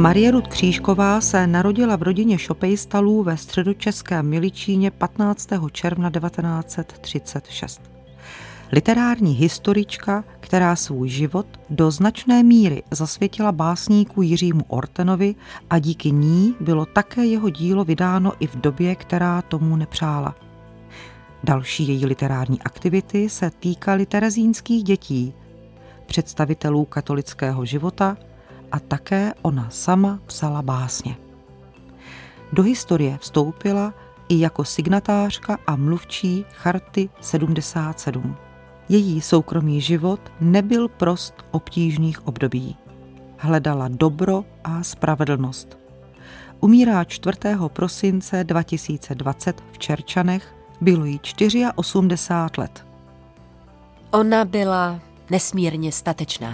Marie Rud Křížková se narodila v rodině Šopejstalů ve středočeském Miličíně 15. června 1936. Literární historička, která svůj život do značné míry zasvětila básníku Jiřímu Ortenovi a díky ní bylo také jeho dílo vydáno i v době, která tomu nepřála. Další její literární aktivity se týkaly terezínských dětí, představitelů katolického života a také ona sama psala básně. Do historie vstoupila i jako signatářka a mluvčí Charty 77. Její soukromý život nebyl prost obtížných období. Hledala dobro a spravedlnost. Umírá 4. prosince 2020 v Čerčanech, bylo jí 84 let. Ona byla nesmírně statečná,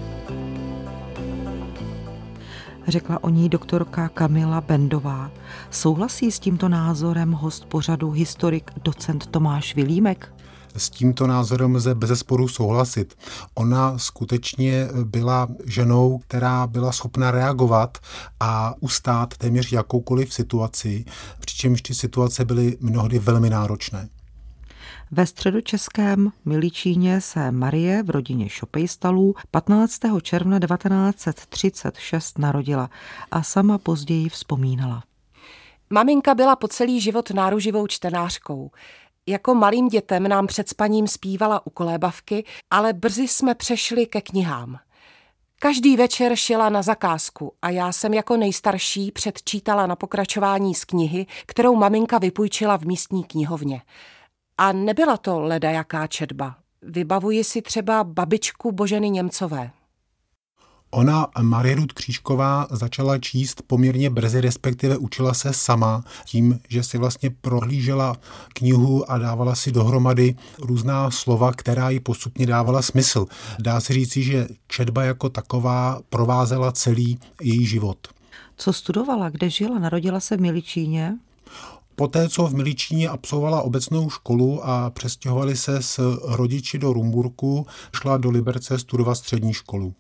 řekla o ní doktorka Kamila Bendová. Souhlasí s tímto názorem host pořadu historik docent Tomáš Vilímek? S tímto názorem lze bezesporu souhlasit. Ona skutečně byla ženou, která byla schopna reagovat a ustát téměř jakoukoliv situaci, přičemž ty situace byly mnohdy velmi náročné. Ve středočeském Miličíně se Marie v rodině Šopejstalů 15. června 1936 narodila a sama později vzpomínala. Maminka byla po celý život náruživou čtenářkou. Jako malým dětem nám před spaním zpívala u kolébavky, ale brzy jsme přešli ke knihám. Každý večer šila na zakázku a já jsem jako nejstarší předčítala na pokračování z knihy, kterou maminka vypůjčila v místní knihovně. A nebyla to ledajaká četba. Vybavuji si třeba Babičku Boženy Němcové. Ona, Marie Rud Křížková, začala číst poměrně brzy, respektive učila se sama tím, že si vlastně prohlížela knihu a dávala si dohromady různá slova, která jí postupně dávala smysl. Dá se říci, že četba jako taková provázela celý její život. Co studovala, kde žila? Narodila se v Miličíně? Poté, co v Miličíně absolvovala obecnou školu a přestěhovali se s rodiči do Rumburku, šla do Liberce studovat střední školu.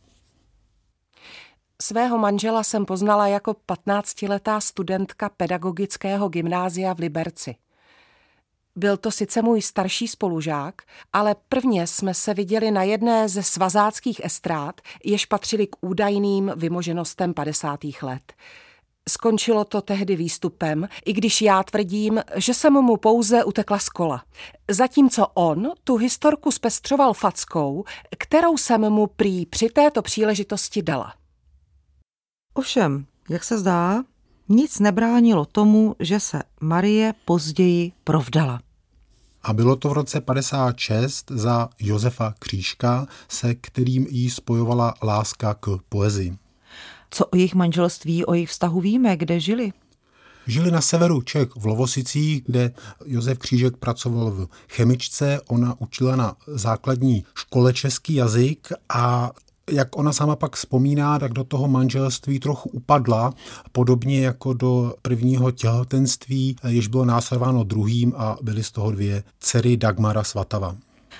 Svého manžela jsem poznala jako 15letá studentka pedagogického gymnázia v Liberci. Byl to sice můj starší spolužák, ale prvně jsme se viděli na jedné ze svazáckých estrád, jež patřily k údajným vymoženostem 50. let. Skončilo to tehdy výstupem, i když já tvrdím, že jsem mu pouze utekla z kola. Zatímco on tu historku zpestřoval fackou, kterou jsem mu prý při této příležitosti dala. Ovšem, jak se zdá, nic nebránilo tomu, že se Marie později provdala. A bylo to v roce 56 za Josefa Křížka, se kterým jí spojovala láska k poezii. Co o jejich manželství, o jejich vztahu víme, kde žili? Žili na severu Čech v Lovosicích, kde Josef Křížek pracoval v chemičce, ona učila na základní škole český jazyk a jak ona sama pak vzpomíná, tak do toho manželství trochu upadla, podobně jako do prvního těhotenství, jež bylo následováno druhým a byly z toho 2 dcery Dagmara Svatava.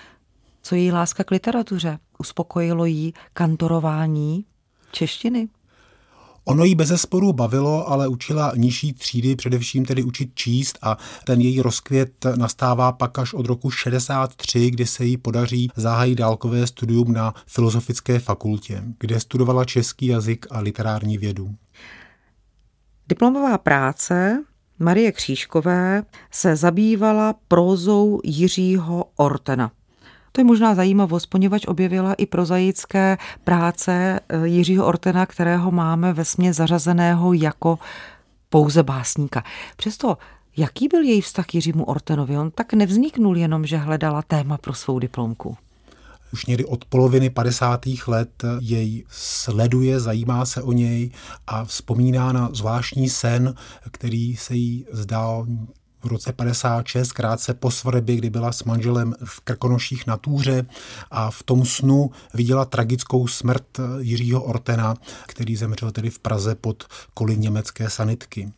Co její láska k literatuře? Uspokojilo jí kantorování češtiny? Ono jí bezesporu bavilo, ale učila nižší třídy, především tedy učit číst a ten její rozkvět nastává pak až od roku 63, kdy se jí podaří zahájit dálkové studium na Filozofické fakultě, kde studovala český jazyk a literární vědu. Diplomová práce Marie Křížkové se zabývala prózou Jiřího Ortena. To je možná zajímavost, poněvadž objevila i prozaické práce Jiřího Ortena, kterého máme vesměs zařazeného jako pouze básníka. Přesto, jaký byl její vztah k Jiřímu Ortenovi? On tak nevzniknul jenom, že hledala téma pro svou diplomku. Už někdy od poloviny 50. let jej sleduje, zajímá se o něj a vzpomíná na zvláštní sen, který se jí zdál v roce 56, krátce po svatbě, kdy byla s manželem v Krkonoších na Túře a v tom snu viděla tragickou smrt Jiřího Ortena, který zemřel tedy v Praze pod koly německé sanitky.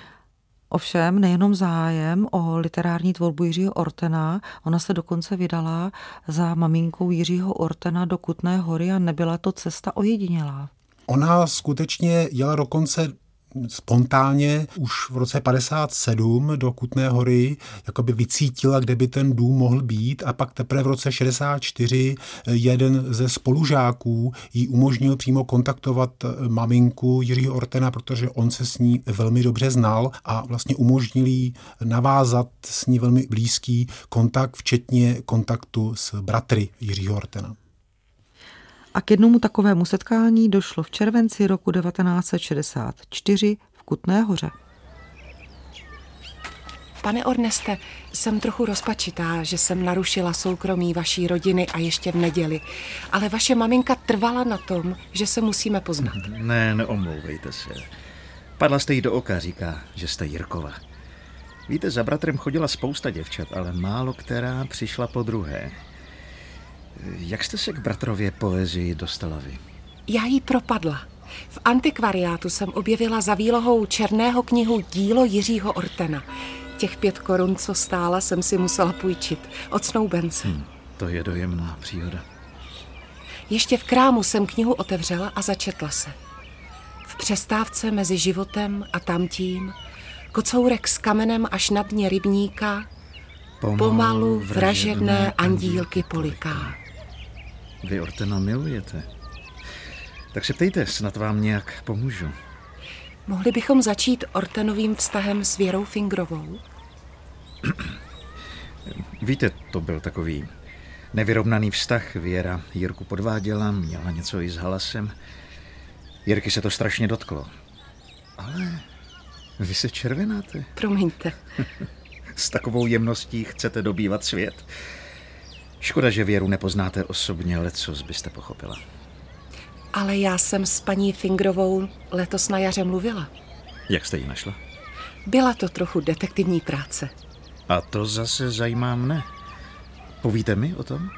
Ovšem nejenom zájem o literární tvorbu Jiřího Ortena, ona se dokonce vydala za maminkou Jiřího Ortena do Kutné Hory a nebyla to cesta ojedinělá. Ona skutečně jela dokonce spontánně už v roce 57 do Kutné Hory, jakoby vycítila, kde by ten dům mohl být, a pak teprve v roce 64 jeden ze spolužáků jí umožnil přímo kontaktovat maminku Jiřího Ortena, protože on se s ní velmi dobře znal, a vlastně umožnil jí navázat s ní velmi blízký kontakt, včetně kontaktu s bratry Jiřího Ortena. A k jednomu takovému setkání došlo v červenci roku 1964 v Kutné Hoře. Pane Orneste, jsem trochu rozpačitá, že jsem narušila soukromí vaší rodiny a ještě v neděli, ale vaše maminka trvala na tom, že se musíme poznat. Ne, neomlouvejte se. Padla jste jí do oka, říká, že jste Jirkova. Víte, za bratrem chodila spousta děvčat, ale málo která přišla po druhé. Jak jste se k bratrově poezii dostala vy? Já jí propadla. V antikvariátu jsem objevila za výlohou černého knihu Dílo Jiřího Ortena. Těch 5 korun, co stála, jsem si musela půjčit od snoubence. To je dojemná příhoda. Ještě v krámu jsem knihu otevřela a začetla se. V přestávce mezi životem a tamtím kocourek s kamenem až na dně rybníka pomalu vražedné andílky poliká. Vy Ortena milujete. Tak se ptejte, snad vám nějak pomůžu. Mohli bychom začít Ortenovým vztahem s Věrou Fingrovou? Víte, to byl takový nevyrovnaný vztah. Věra Jirku podváděla, měla něco i s halasem. Jirky se to strašně dotklo. Ale vy se červenáte. Promiňte. S takovou jemností chcete dobývat svět? Škoda, že Věru nepoznáte osobně, lecos byste pochopila. Ale já jsem s paní Fingrovou letos na jaře mluvila. Jak jste ji našla? Byla to trochu detektivní práce. A to zase zajímá mne. Povíte mi o tom?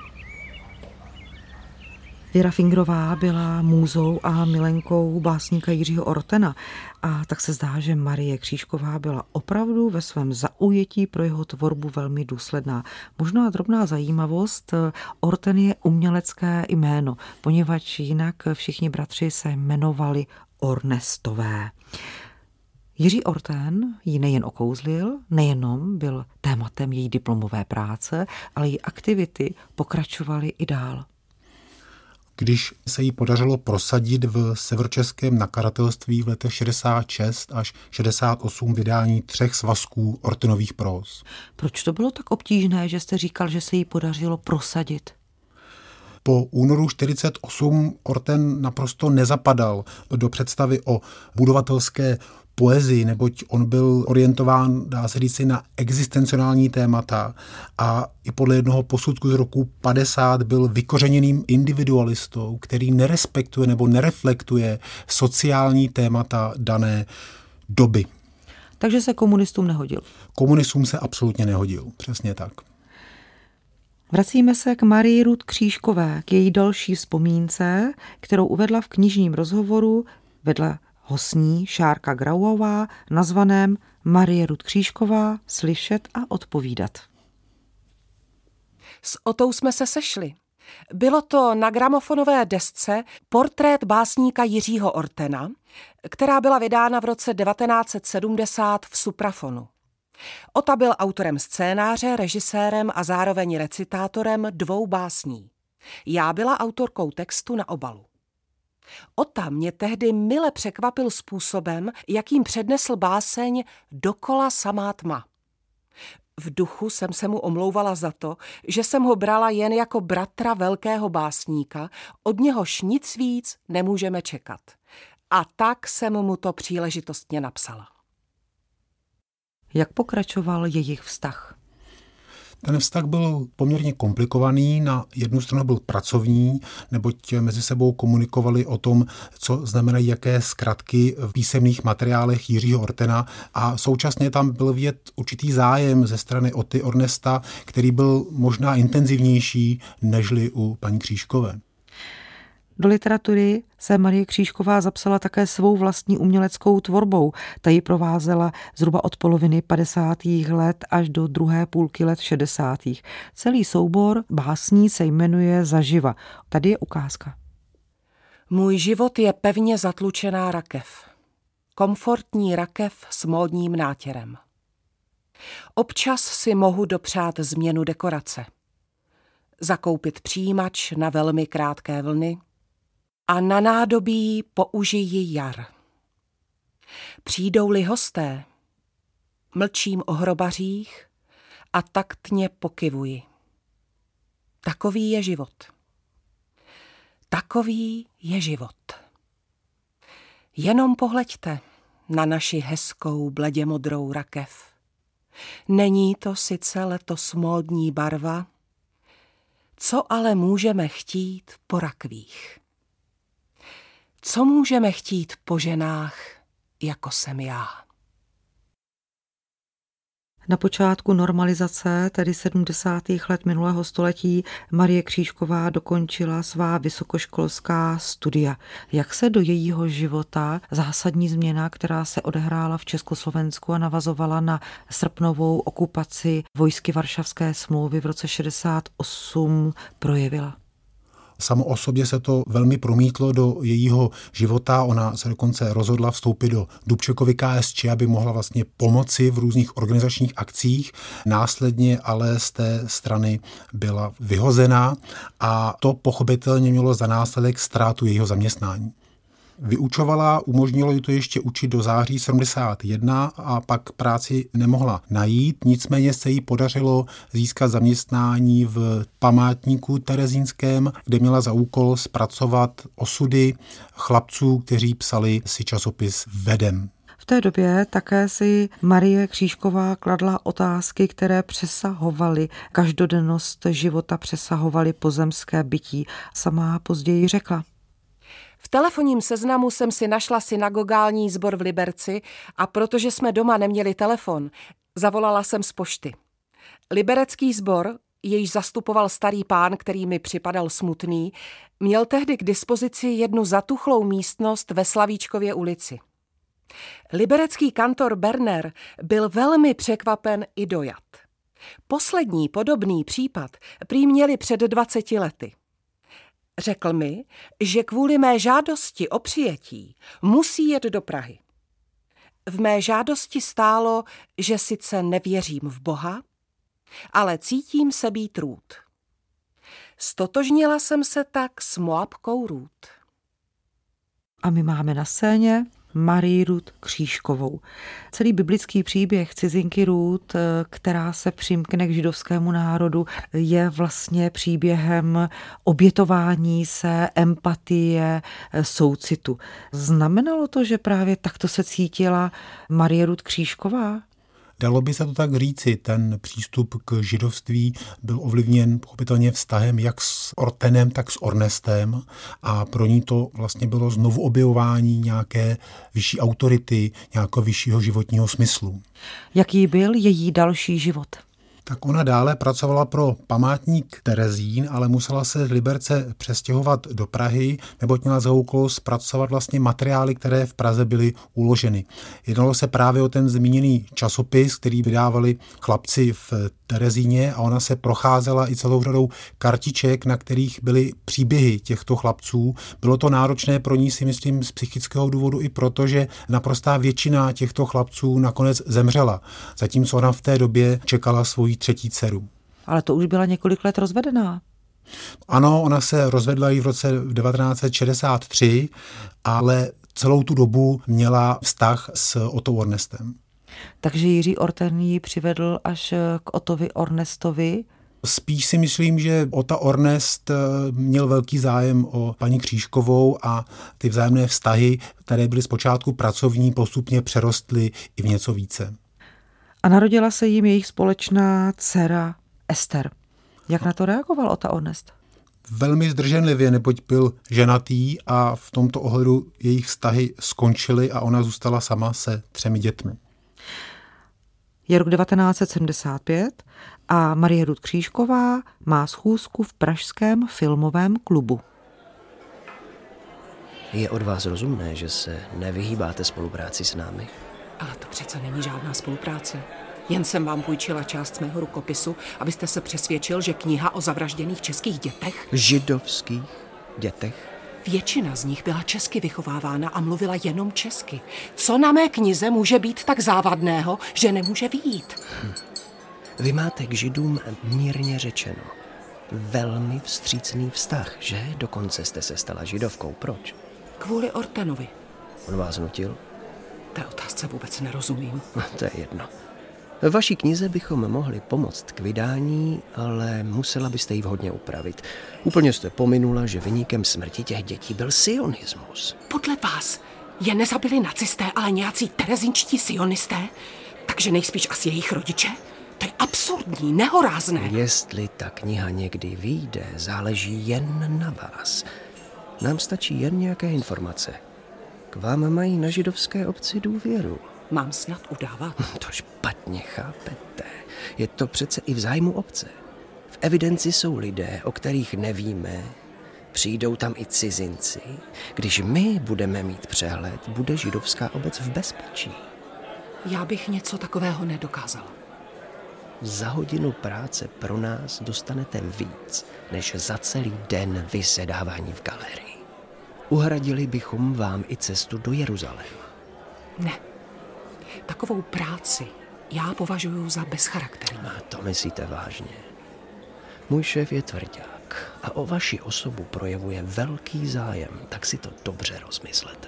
Věra Fingrová byla můzou a milenkou básníka Jiřího Ortena, a tak se zdá, že Marie Křížková byla opravdu ve svém zaujetí pro jeho tvorbu velmi důsledná. Možná drobná zajímavost, Orten je umělecké jméno, poněvadž jinak všichni bratři se jmenovali Ornestové. Jiří Orten ji nejen okouzlil, nejenom byl tématem její diplomové práce, ale její aktivity pokračovaly i dál. Když se jí podařilo prosadit v severočeském nakladatelství v letech 66 až 68 vydání 3 svazků Ortenových próz. Proč to bylo tak obtížné, že jste říkal, že se jí podařilo prosadit? Po únoru 48 Orten naprosto nezapadal do představy o budovatelské poezii, neboť on byl orientován, dá se říci, na existencionální témata, a i podle jednoho posudku z roku 50 byl vykořeněným individualistou, který nerespektuje nebo nereflektuje sociální témata dané doby. Takže se komunistům nehodil. Komunistům se absolutně nehodil, přesně tak. Vracíme se k Marii Rud Křížkové, k její další vzpomínce, kterou uvedla v knižním rozhovoru vedle hostní Šárka Grauová, nazvaném Marie Rud Křížková, slyšet a odpovídat. S Otou jsme se sešli. Bylo to na gramofonové desce Portrét básníka Jiřího Ortena, která byla vydána v roce 1970 v Suprafonu. Ota byl autorem scénáře, režisérem a zároveň recitátorem 2 básní. Já byla autorkou textu na obalu. Ota mě tehdy mile překvapil způsobem, jakým přednesl báseň Dokola samá tma. V duchu jsem se mu omlouvala za to, že jsem ho brala jen jako bratra velkého básníka, od něhož nic víc nemůžeme čekat. A tak jsem mu to příležitostně napsala. Jak pokračoval jejich vztah? Ten vztah byl poměrně komplikovaný. Na jednu stranu byl pracovní, neboť mezi sebou komunikovali o tom, co znamenají jaké zkratky v písemných materiálech Jiřího Ortena, a současně tam byl vidět určitý zájem ze strany Oty Ornesta, který byl možná intenzivnější nežli u paní Křížkové. Do literatury se Marie Křížková zapsala také svou vlastní uměleckou tvorbou. Ta ji provázela zhruba od poloviny 50. let až do druhé půlky let 60. Celý soubor básní se jmenuje Zaživa. Tady je ukázka. Můj život je pevně zatlučená rakev. Komfortní rakev s módním nátěrem. Občas si mohu dopřát změnu dekorace. Zakoupit přijímač na velmi krátké vlny a na nádobí použiji jar. Přijdou-li hosté, mlčím o hrobařích a taktně pokyvuji. Takový je život. Takový je život. Jenom pohleďte na naši hezkou bledě modrou rakev. Není to sice letos módní barva, co ale můžeme chtít po rakvích? Co můžeme chtít po ženách, jako jsem já? Na počátku normalizace, tedy 70. let minulého století, Marie Křížková dokončila svá vysokoškolská studia. Jak se do jejího života zásadní změna, která se odehrála v Československu a navazovala na srpnovou okupaci vojsky Varšavské smlouvy v roce 68, projevila? Samo o sobě se to velmi promítlo do jejího života. Ona se dokonce rozhodla vstoupit do Dubčekovy KSČ, aby mohla vlastně pomoci v různých organizačních akcích. Následně ale z té strany byla vyhozená a to pochopitelně mělo za následek ztrátu jejího zaměstnání. Vyučovala, umožnilo jí to ještě učit do září 71 a pak práci nemohla najít, nicméně se jí podařilo získat zaměstnání v památníku terezínském, kde měla za úkol zpracovat osudy chlapců, kteří psali si časopis Vedem. V té době také si Marie Křížková kladla otázky, které přesahovaly každodennost života, přesahovaly pozemské bytí. Sama později řekla: V telefonním seznamu jsem si našla synagogální sbor v Liberci a protože jsme doma neměli telefon, zavolala jsem z pošty. Liberecký sbor, jejž zastupoval starý pán, který mi připadal smutný, měl tehdy k dispozici jednu zatuchlou místnost ve Slavíčkově ulici. Liberecký kantor Berner byl velmi překvapen i dojat. Poslední podobný případ prý měli před 20 lety. Řekl mi, že kvůli mé žádosti o přijetí musí jet do Prahy. V mé žádosti stálo, že sice nevěřím v Boha, ale cítím se být Ruth. Stotožnila jsem se tak s Moabkou Ruth. A my máme na scéně Marii Ruth Křížkovou. Celý biblický příběh cizinky Ruth, která se přimkne k židovskému národu, je vlastně příběhem obětování se, empatie, soucitu. Znamenalo to, že právě takto se cítila Marie Ruth Křížková? Dalo by se to tak říci, ten přístup k židovství byl ovlivněn pochopitelně vztahem jak s Ortenem, tak s Ornestem a pro ní to vlastně bylo znovu objevování nějaké vyšší autority, nějakého vyššího životního smyslu. Jaký byl její další život? Tak ona dále pracovala pro památník Terezín, ale musela se z Liberce přestěhovat do Prahy, neboť měla za úkol zpracovat vlastně materiály, které v Praze byly uloženy. Jednalo se právě o ten zmíněný časopis, který vydávali chlapci v Terezíně a ona se procházela i celou řadou kartiček, na kterých byly příběhy těchto chlapců. Bylo to náročné pro ní, si myslím, z psychického důvodu i proto, že naprostá většina těchto chlapců nakonec zemřela, zatímco ona v té době čekala svoji třetí dceru. Ale to už byla několik let rozvedená. Ano, ona se rozvedla i v roce 1963, ale celou tu dobu měla vztah s Otto Ornestem. Takže Jiří Orten ji přivedl až k Ottovi Ornestovi. Spíš si myslím, že Otta Ornest měl velký zájem o paní Křížkovou a ty vzájemné vztahy, které byly zpočátku pracovní, postupně přerostly i v něco více. A narodila se jim jejich společná dcera Ester. Jak na to reagoval Otta Ornest? Velmi zdrženlivě, neboť byl ženatý a v tomto ohledu jejich vztahy skončily a ona zůstala sama se 3 dětmi. Je rok 1975 a Marie Ruth Křížková má schůzku v pražském filmovém klubu. Je od vás rozumné, že se nevyhýbáte spolupráci s námi? Ale to přece není žádná spolupráce. Jen jsem vám půjčila část mého rukopisu, abyste se přesvědčil, že kniha o zavražděných českých dětech... Židovských dětech? Většina z nich byla česky vychovávána a mluvila jenom česky. Co na mé knize může být tak závadného, že nemůže vyjít? Vy máte k Židům mírně řečeno velmi vstřícný vztah, že? Dokonce jste se stala židovkou. Proč? Kvůli Ortenovi. On vás nutil? Té otázce vůbec nerozumím. To je jedno. Ve vaší knize bychom mohli pomoct k vydání, ale musela byste ji vhodně upravit. Úplně jste pominula, že viníkem smrti těch dětí byl sionismus. Podle vás je nezabili nacisté, ale nějací terezinčtí sionisté? Takže nejspíš asi jejich rodiče? To je absurdní, nehorázné. Jestli ta kniha někdy vyjde, záleží jen na vás. Nám stačí jen nějaké informace. K vám mají na židovské obci důvěru. Mám snad udávat? To špatně chápete. Je to přece i v zájmu obce. V evidenci jsou lidé, o kterých nevíme. Přijdou tam i cizinci. Když my budeme mít přehled, bude židovská obec v bezpečí. Já bych něco takového nedokázala. Za hodinu práce pro nás dostanete víc, než za celý den vysedávání v galerii. Uhradili bychom vám i cestu do Jeruzaléma. Ne. Takovou práci já považuji za bezcharakterní. A to myslíte vážně? Můj šéf je tvrdák a o vaši osobu projevuje velký zájem, tak si to dobře rozmyslete.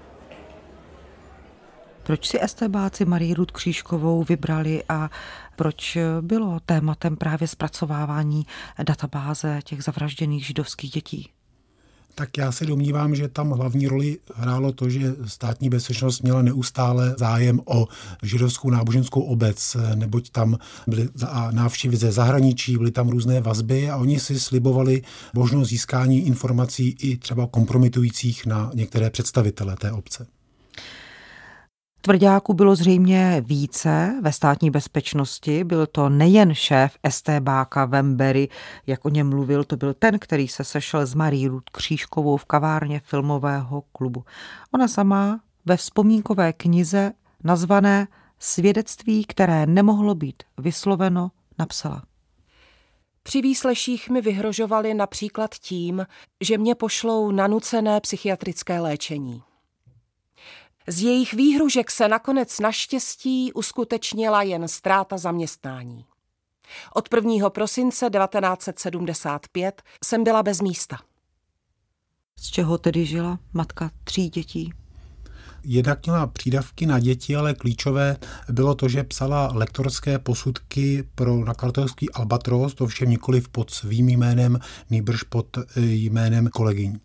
Proč si estébáci Marii Ruth Křížkovou vybrali a proč bylo tématem právě zpracovávání databáze těch zavražděných židovských dětí? Tak já se domnívám, že tam hlavní roli hrálo to, že státní bezpečnost měla neustále zájem o židovskou náboženskou obec, neboť tam byly návštěvy ze zahraničí, byly tam různé vazby a oni si slibovali možnost získání informací i třeba kompromitujících na některé představitele té obce. Tvrďáků bylo zřejmě více ve státní bezpečnosti. Byl to nejen šéf estébáka Vembery, jak o něm mluvil, to byl ten, který se sešel s Marií Ruth Křížkovou v kavárně filmového klubu. Ona sama ve vzpomínkové knize nazvané Svědectví, které nemohlo být vysloveno, napsala. Při výsleších mi vyhrožovali například tím, že mě pošlou na nucené psychiatrické léčení. Z jejich výhružek se nakonec naštěstí uskutečnila jen ztráta zaměstnání. Od 1. prosince 1975 jsem byla bez místa. Z čeho tedy žila matka 3 dětí? Jednak měla přídavky na děti, ale klíčové bylo to, že psala lektorské posudky pro nakladatelství Albatros, to všem nikoliv pod svým jménem, nýbrž pod jménem kolegyň.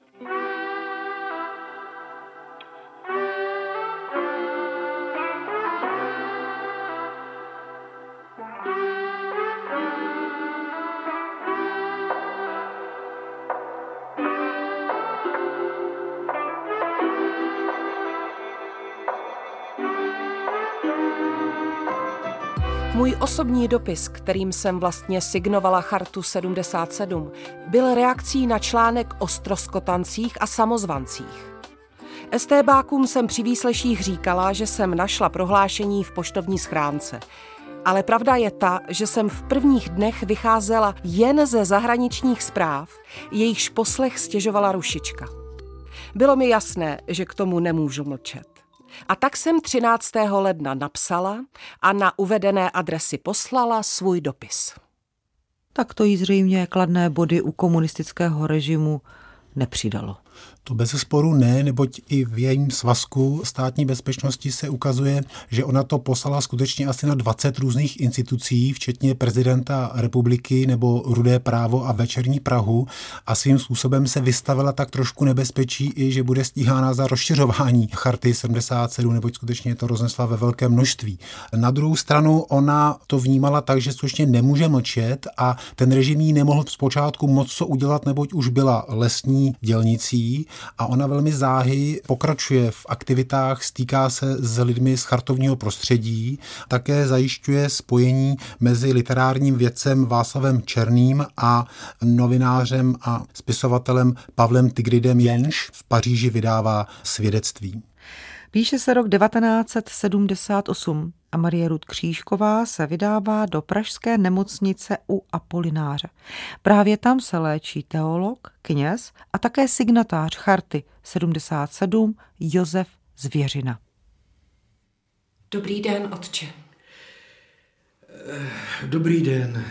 Můj osobní dopis, kterým jsem vlastně signovala Chartu 77, byl reakcí na článek o ztroskotancích a samozvancích. Estébákům jsem při výsleších říkala, že jsem našla prohlášení v poštovní schránce. Ale pravda je ta, že jsem v prvních dnech vycházela jen ze zahraničních zpráv, jejichž poslech stěžovala Rušička. Bylo mi jasné, že k tomu nemůžu mlčet. A tak jsem 13. ledna napsala a na uvedené adresy poslala svůj dopis. Tak to jí zřejmě kladné body u komunistického režimu nepřidalo. To bezesporu ne, neboť i v jejím svazku státní bezpečnosti se ukazuje, že ona to poslala skutečně asi na 20 různých institucí, včetně prezidenta republiky nebo Rudé právo a Večerní Prahu a svým způsobem se vystavila tak trošku nebezpečí i, že bude stíhána za rozšiřování Charty 77, neboť skutečně to roznesla ve velkém množství. Na druhou stranu ona to vnímala tak, že skutečně nemůže mlčet a ten režim jí nemohl zpočátku moc co udělat, neboť už byla lesní dělnicí a ona velmi záhy pokračuje v aktivitách, stýká se s lidmi z chartovního prostředí, také zajišťuje spojení mezi literárním vědcem Václavem Černým a novinářem a spisovatelem Pavlem Tigridem, jenž v Paříži vydává Svědectví. Píše se rok 1978 a Marie Rud Křížková se vydává do pražské nemocnice u Apolináře. Právě tam se léčí teolog, kněz a také signatář charty 77 Josef Zvěřina. Dobrý den, otče. Dobrý den.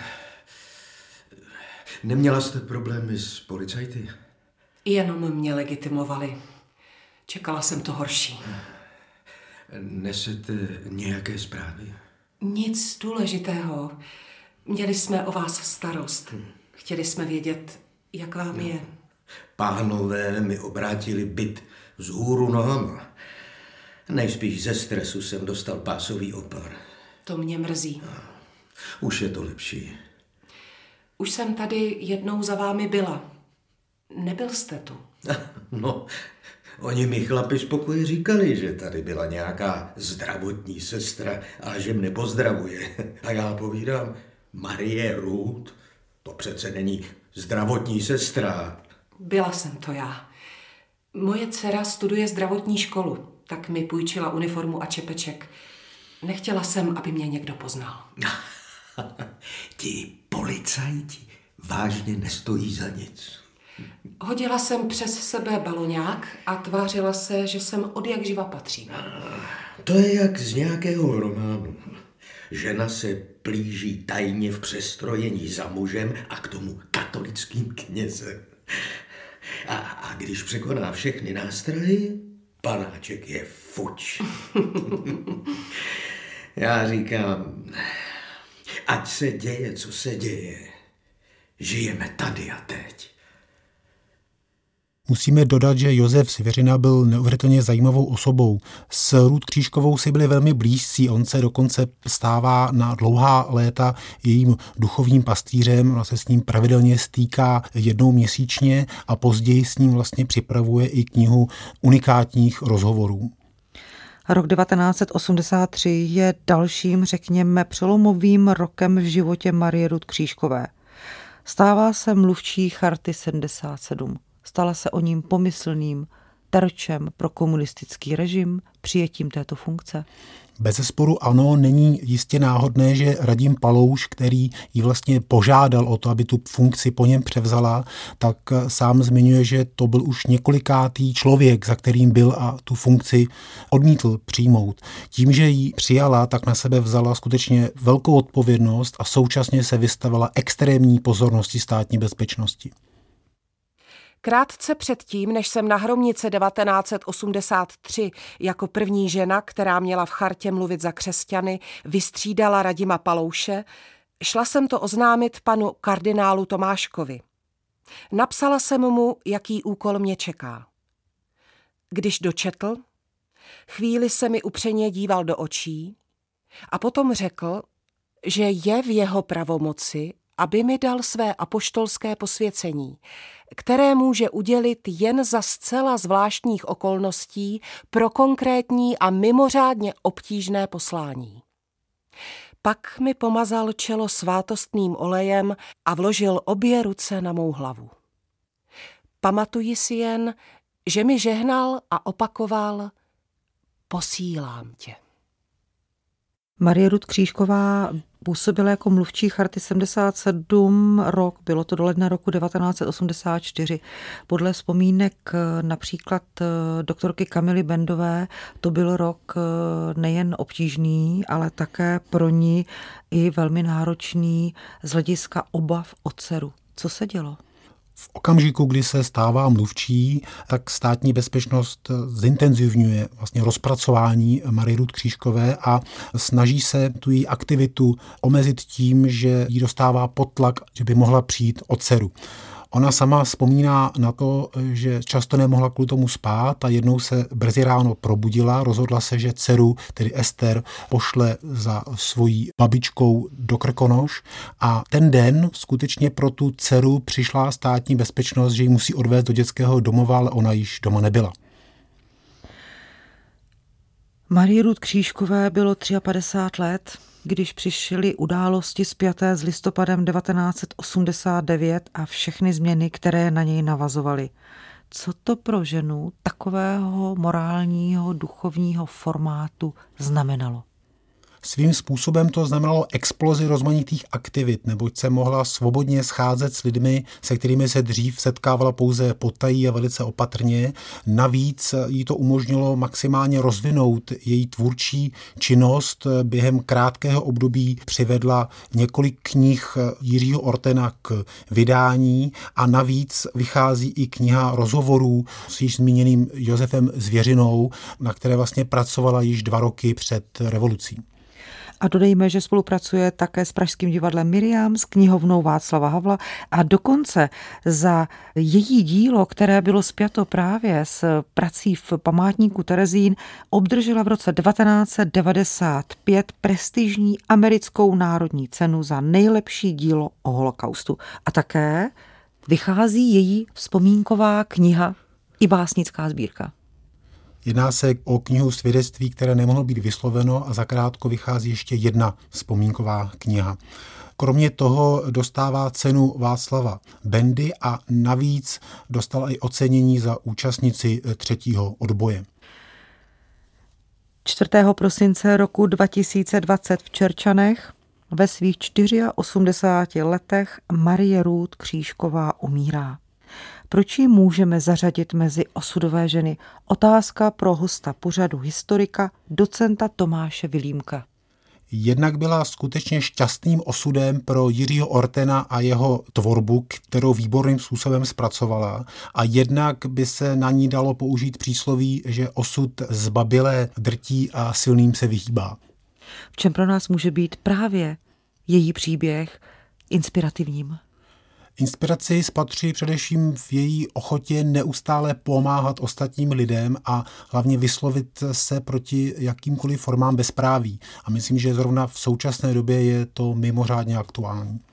Neměla jste problémy s policajty? Jenom mě legitimovali. Čekala jsem to horší. Nesete nějaké zprávy? Nic důležitého. Měli jsme o vás starost. Chtěli jsme vědět, jak vám je. Pánové mi obrátili byt vzhůru nohama. Nejspíš ze stresu jsem dostal pásový opar. To mě mrzí. Už je to lepší. Už jsem tady jednou za vámi byla. Nebyl jste tu. No, oni mi chlapi z pokoje říkali, že tady byla nějaká zdravotní sestra a že mne pozdravuje. A já povídám, Marie Rud, to přece není zdravotní sestra. Byla jsem to já. Moje dcera studuje zdravotní školu, tak mi půjčila uniformu a čepeček. Nechtěla jsem, aby mě někdo poznal. Ti policajti vážně nestojí za nic. Hodila jsem přes sebe baloňák a tvářila se, že jsem odjakživa patřím. To je jak z nějakého románu. Žena se plíží tajně v přestrojení za mužem a k tomu katolickým knězem. A když překoná všechny nástrahy, panáček je fuč. Já říkám, ať se děje, co se děje. Žijeme tady a teď. Musíme dodat, že Josef Zvěřina byl neuvěřitelně zajímavou osobou. S Rud Křížkovou si byli velmi blízcí, on se dokonce stává na dlouhá léta jejím duchovním pastýřem, vlastně s ním pravidelně stýká jednou měsíčně a později s ním vlastně připravuje i knihu unikátních rozhovorů. Rok 1983 je dalším, řekněme, přelomovým rokem v životě Marie Rud Křížkové. Stává se mluvčí charty 77. Stala se o ním pomyslným terčem pro komunistický režim přijetím této funkce? Bezesporu ano, není jistě náhodné, že Radim Palouš, který ji vlastně požádal o to, aby tu funkci po něm převzala, tak sám zmiňuje, že to byl už několikátý člověk, za kterým byl a tu funkci odmítl přijmout. Tím, že ji přijala, tak na sebe vzala skutečně velkou odpovědnost a současně se vystavila extrémní pozornosti státní bezpečnosti. Krátce předtím, než jsem na Hromnice 1983 jako první žena, která měla v chartě mluvit za křesťany, vystřídala Radima Palouše, šla jsem to oznámit panu kardinálu Tomáškovi. Napsala jsem mu, jaký úkol mě čeká. Když dočetl, chvíli se mi upřeně díval do očí a potom řekl, že je v jeho pravomoci, aby mi dal své apoštolské posvěcení, které může udělit jen za zcela zvláštních okolností pro konkrétní a mimořádně obtížné poslání. Pak mi pomazal čelo svátostným olejem a vložil obě ruce na mou hlavu. Pamatuji si jen, že mi žehnal a opakoval: posílám tě. Marie Rud Křížková působila jako mluvčí charty 77 rok, bylo to do ledna roku 1984. Podle vzpomínek například doktorky Kamily Bendové, to byl rok nejen obtížný, ale také pro ní i velmi náročný z hlediska obav o dceru. Co se dělo? V okamžiku, kdy se stává mluvčí, tak státní bezpečnost zintenzivňuje vlastně rozpracování Marie Rud Křížkové a snaží se tu její aktivitu omezit tím, že ji dostává pod tlak, že by mohla přijít o dceru. Ona sama vzpomíná na to, že často nemohla kvůli tomu spát a jednou se brzy ráno probudila, rozhodla se, že dceru, tedy Ester, pošle za svojí babičkou do Krkonoš a ten den skutečně pro tu dceru přišla státní bezpečnost, že ji musí odvést do dětského domova, ale ona již doma nebyla. Marie Rud Křížkové bylo 53 let, když přišly události spjaté s listopadem 1989 a všechny změny, které na něj navazovaly. Co to pro ženu takového morálního, duchovního formátu znamenalo? Svým způsobem to znamenalo explozi rozmanitých aktivit, neboť se mohla svobodně scházet s lidmi, se kterými se dřív setkávala pouze potají a velice opatrně. Navíc jí to umožnilo maximálně rozvinout její tvůrčí činnost. Během krátkého období přivedla několik knih Jiřího Ortena k vydání a navíc vychází i kniha rozhovorů s již zmíněným Josefem Zvěřinou, na které vlastně pracovala již 2 roky před revolucí. A dodejme, že spolupracuje také s Pražským divadlem Miriam, s knihovnou Václava Havla a dokonce za její dílo, které bylo spjato právě s prací v památníku Terezín, obdržela v roce 1995 prestižní americkou národní cenu za nejlepší dílo o holokaustu. A také vychází její vzpomínková kniha i básnická sbírka. Jedná se o knihu svědectví, které nemohlo být vysloveno a zakrátko vychází ještě jedna vzpomínková kniha. Kromě toho dostává cenu Václava Bendy a navíc dostala i ocenění za účastnici 3. odboje. 4. prosince roku 2020 v Čerčanech ve svých 84 letech Marie Ruth Křížková umírá. Proč ji můžeme zařadit mezi osudové ženy? Otázka pro hosta pořadu historika, docenta Tomáše Vilímka. Jednak byla skutečně šťastným osudem pro Jiřího Ortena a jeho tvorbu, kterou výborným způsobem zpracovala, a jednak by se na ní dalo použít přísloví, že osud zbabilé drtí a silným se vyhýbá. V čem pro nás může být právě její příběh inspirativním? Inspiraci spatřuji především v její ochotě neustále pomáhat ostatním lidem a hlavně vyslovit se proti jakýmkoliv formám bezpráví. A myslím, že zrovna v současné době je to mimořádně aktuální.